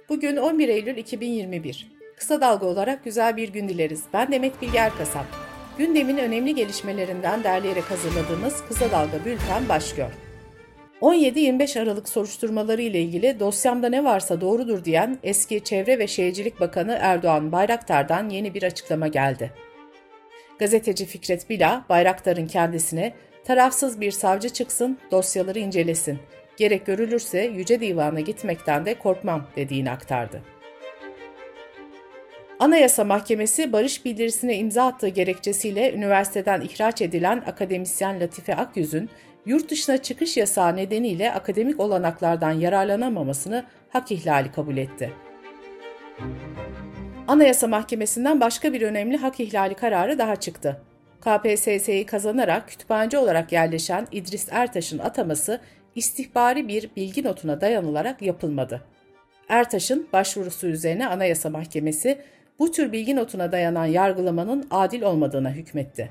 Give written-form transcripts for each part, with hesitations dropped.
Bugün 11 Eylül 2021. Kısa Dalga olarak güzel bir gün dileriz. Ben Demet Bilge Erkasap. Gündemin önemli gelişmelerinden derleyerek hazırladığımız Kısa Dalga Bülten başlıyor. 17-25 Aralık soruşturmaları ile ilgili dosyamda ne varsa doğrudur diyen eski Çevre ve Şehircilik Bakanı Erdoğan Bayraktar'dan yeni bir açıklama geldi. Gazeteci Fikret Bila, Bayraktar'ın kendisine tarafsız bir savcı çıksın, dosyaları incelesin. Gerek görülürse Yüce Divan'a gitmekten de korkmam dediğini aktardı. Anayasa Mahkemesi barış bildirisine imza attığı gerekçesiyle üniversiteden ihraç edilen akademisyen Latife Akyüz'ün yurt dışına çıkış yasağı nedeniyle akademik olanaklardan yararlanamamasını hak ihlali kabul etti. Anayasa Mahkemesi'nden başka bir önemli hak ihlali kararı daha çıktı. KPSS'yi kazanarak kütüphaneci olarak yerleşen İdris Ertaş'ın ataması istihbari bir bilgi notuna dayanılarak yapılmadı. Ertaş'ın başvurusu üzerine Anayasa Mahkemesi bu tür bilgi notuna dayanan yargılamanın adil olmadığına hükmetti.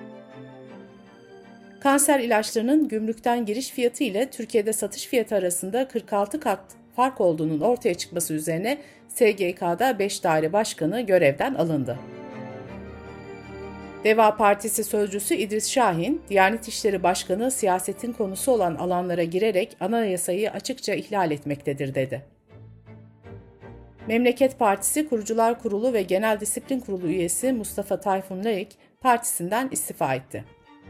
Kanser ilaçlarının gümrükten giriş fiyatı ile Türkiye'de satış fiyatı arasında 46 kat fark olduğunun ortaya çıkması üzerine SGK'da 5 daire başkanı görevden alındı. Deva Partisi sözcüsü İdris Şahin, Diyanet İşleri Başkanı siyasetin konusu olan alanlara girerek anayasayı açıkça ihlal etmektedir dedi. Memleket Partisi Kurucular Kurulu ve Genel Disiplin Kurulu üyesi Mustafa Tayfun Laik partisinden istifa etti.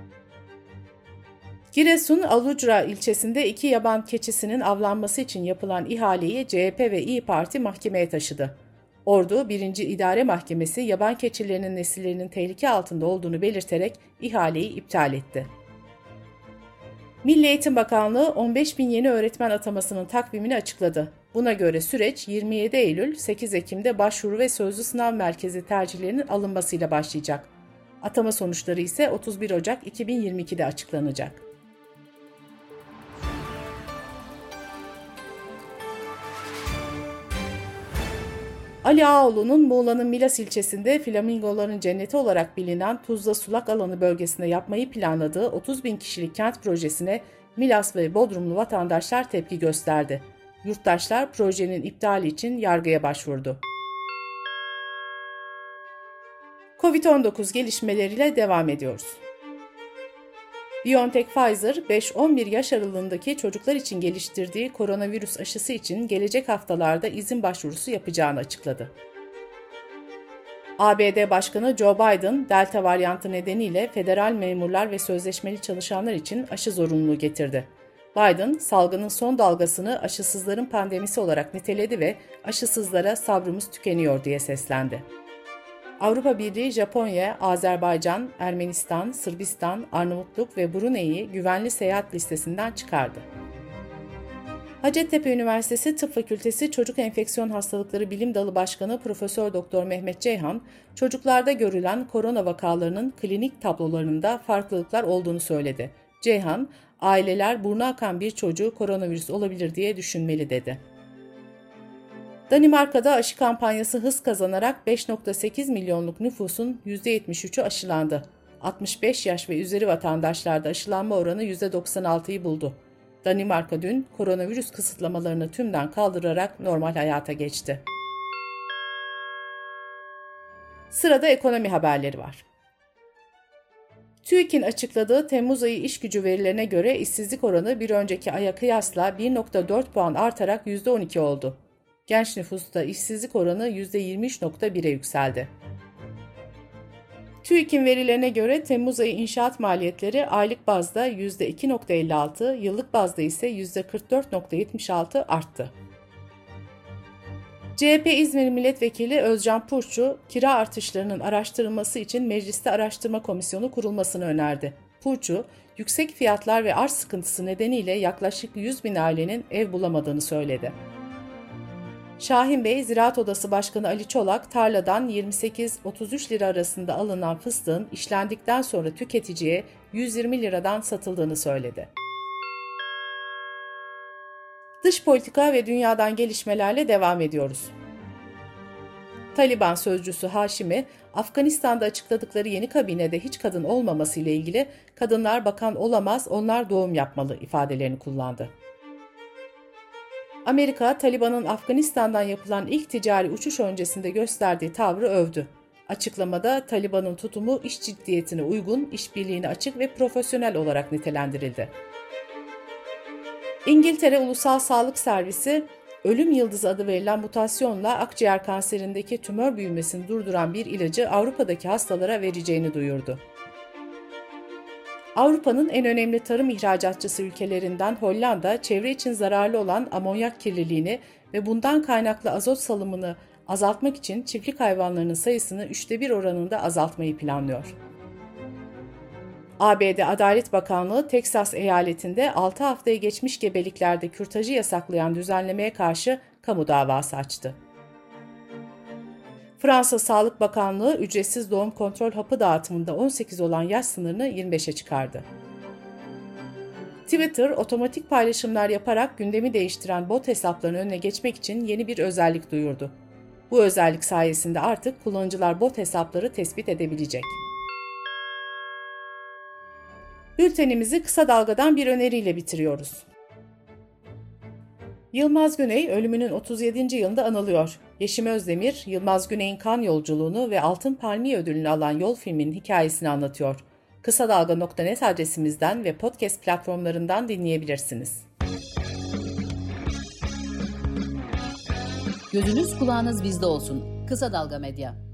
Giresun Alucra ilçesinde 2 yaban keçisinin avlanması için yapılan ihaleyi CHP ve İYİ Parti mahkemeye taşıdı. Ordu 1. İdare Mahkemesi yaban keçilerinin nesillerinin tehlike altında olduğunu belirterek ihaleyi iptal etti. Milli Eğitim Bakanlığı 15 bin yeni öğretmen atamasının takvimini açıkladı. Buna göre süreç 27 Eylül-8 Ekim'de başvuru ve sözlü sınav merkezi tercihlerinin alınmasıyla başlayacak. Atama sonuçları ise 31 Ocak 2022'de açıklanacak. Ali Ağaoğlu'nun Muğla'nın Milas ilçesinde flamingoların cenneti olarak bilinen Tuzla Sulak Alanı bölgesinde yapmayı planladığı 30 bin kişilik kent projesine Milas ve Bodrumlu vatandaşlar tepki gösterdi. Yurttaşlar projenin iptali için yargıya başvurdu. Covid-19 gelişmeleriyle devam ediyoruz. BioNTech Pfizer, 5-11 yaş aralığındaki çocuklar için geliştirdiği koronavirüs aşısı için gelecek haftalarda izin başvurusu yapacağını açıkladı. ABD Başkanı Joe Biden, Delta varyantı nedeniyle federal memurlar ve sözleşmeli çalışanlar için aşı zorunluluğu getirdi. Biden, salgının son dalgasını aşısızların pandemisi olarak niteledi ve aşısızlara sabrımız tükeniyor diye seslendi. Avrupa Birliği, Japonya, Azerbaycan, Ermenistan, Sırbistan, Arnavutluk ve Brunei'yi güvenli seyahat listesinden çıkardı. Hacettepe Üniversitesi Tıp Fakültesi Çocuk Enfeksiyon Hastalıkları Bilim Dalı Başkanı Profesör Doktor Mehmet Ceyhan, çocuklarda görülen korona vakalarının klinik tablolarında farklılıklar olduğunu söyledi. Ceyhan, aileler burnu akan bir çocuğu koronavirüs olabilir diye düşünmeli dedi. Danimarka'da aşı kampanyası hız kazanarak 5,8 milyonluk nüfusun %73'ü aşılandı. 65 yaş ve üzeri vatandaşlarda aşılanma oranı %96'yı buldu. Danimarka dün koronavirüs kısıtlamalarını tümden kaldırarak normal hayata geçti. Sırada ekonomi haberleri var. TÜİK'in açıkladığı Temmuz ayı işgücü verilerine göre işsizlik oranı bir önceki aya kıyasla 1,4 puan artarak %12 oldu. Genç nüfusta işsizlik oranı %23,1'e yükseldi. TÜİK'in verilerine göre Temmuz ayı inşaat maliyetleri aylık bazda %2,56, yıllık bazda ise %44,76 arttı. CHP İzmir Milletvekili Özcan Purçu, kira artışlarının araştırılması için mecliste araştırma komisyonu kurulmasını önerdi. Purçu, yüksek fiyatlar ve arz sıkıntısı nedeniyle yaklaşık 100 bin ailenin ev bulamadığını söyledi. Şahin Bey, Ziraat Odası Başkanı Ali Çolak, tarladan 28-33 lira arasında alınan fıstığın işlendikten sonra tüketiciye 120 liradan satıldığını söyledi. Dış politika ve dünyadan gelişmelerle devam ediyoruz. Taliban sözcüsü Haşimi, Afganistan'da açıkladıkları yeni kabinede hiç kadın olmaması ile ilgili "kadınlar bakan olamaz, onlar doğum yapmalı" ifadelerini kullandı. Amerika, Taliban'ın Afganistan'dan yapılan ilk ticari uçuş öncesinde gösterdiği tavrı övdü. Açıklamada Taliban'ın tutumu iş ciddiyetine uygun, işbirliğine açık ve profesyonel olarak nitelendirildi. İngiltere Ulusal Sağlık Servisi, ölüm yıldızı adı verilen mutasyonla akciğer kanserindeki tümör büyümesini durduran bir ilacı Avrupa'daki hastalara vereceğini duyurdu. Avrupa'nın en önemli tarım ihracatçısı ülkelerinden Hollanda, çevre için zararlı olan amonyak kirliliğini ve bundan kaynaklı azot salımını azaltmak için çiftlik hayvanlarının sayısını 1/3 oranında azaltmayı planlıyor. ABD Adalet Bakanlığı, Teksas eyaletinde 6 haftayı geçmiş gebeliklerde kürtajı yasaklayan düzenlemeye karşı kamu davası açtı. Fransa Sağlık Bakanlığı, ücretsiz doğum kontrol hapı dağıtımında 18 olan yaş sınırını 25'e çıkardı. Twitter, otomatik paylaşımlar yaparak gündemi değiştiren bot hesaplarının önüne geçmek için yeni bir özellik duyurdu. Bu özellik sayesinde artık kullanıcılar bot hesapları tespit edebilecek. Bültenimizi kısa dalgadan bir öneriyle bitiriyoruz. Yılmaz Güney ölümünün 37. yılında anılıyor. Yeşim Özdemir, Yılmaz Güney'in kan yolculuğunu ve Altın Palmiye ödülünü alan Yol filminin hikayesini anlatıyor. Kısadalga.net adresimizden ve podcast platformlarından dinleyebilirsiniz. Gözünüz kulağınız bizde olsun. Kısa Dalga Medya.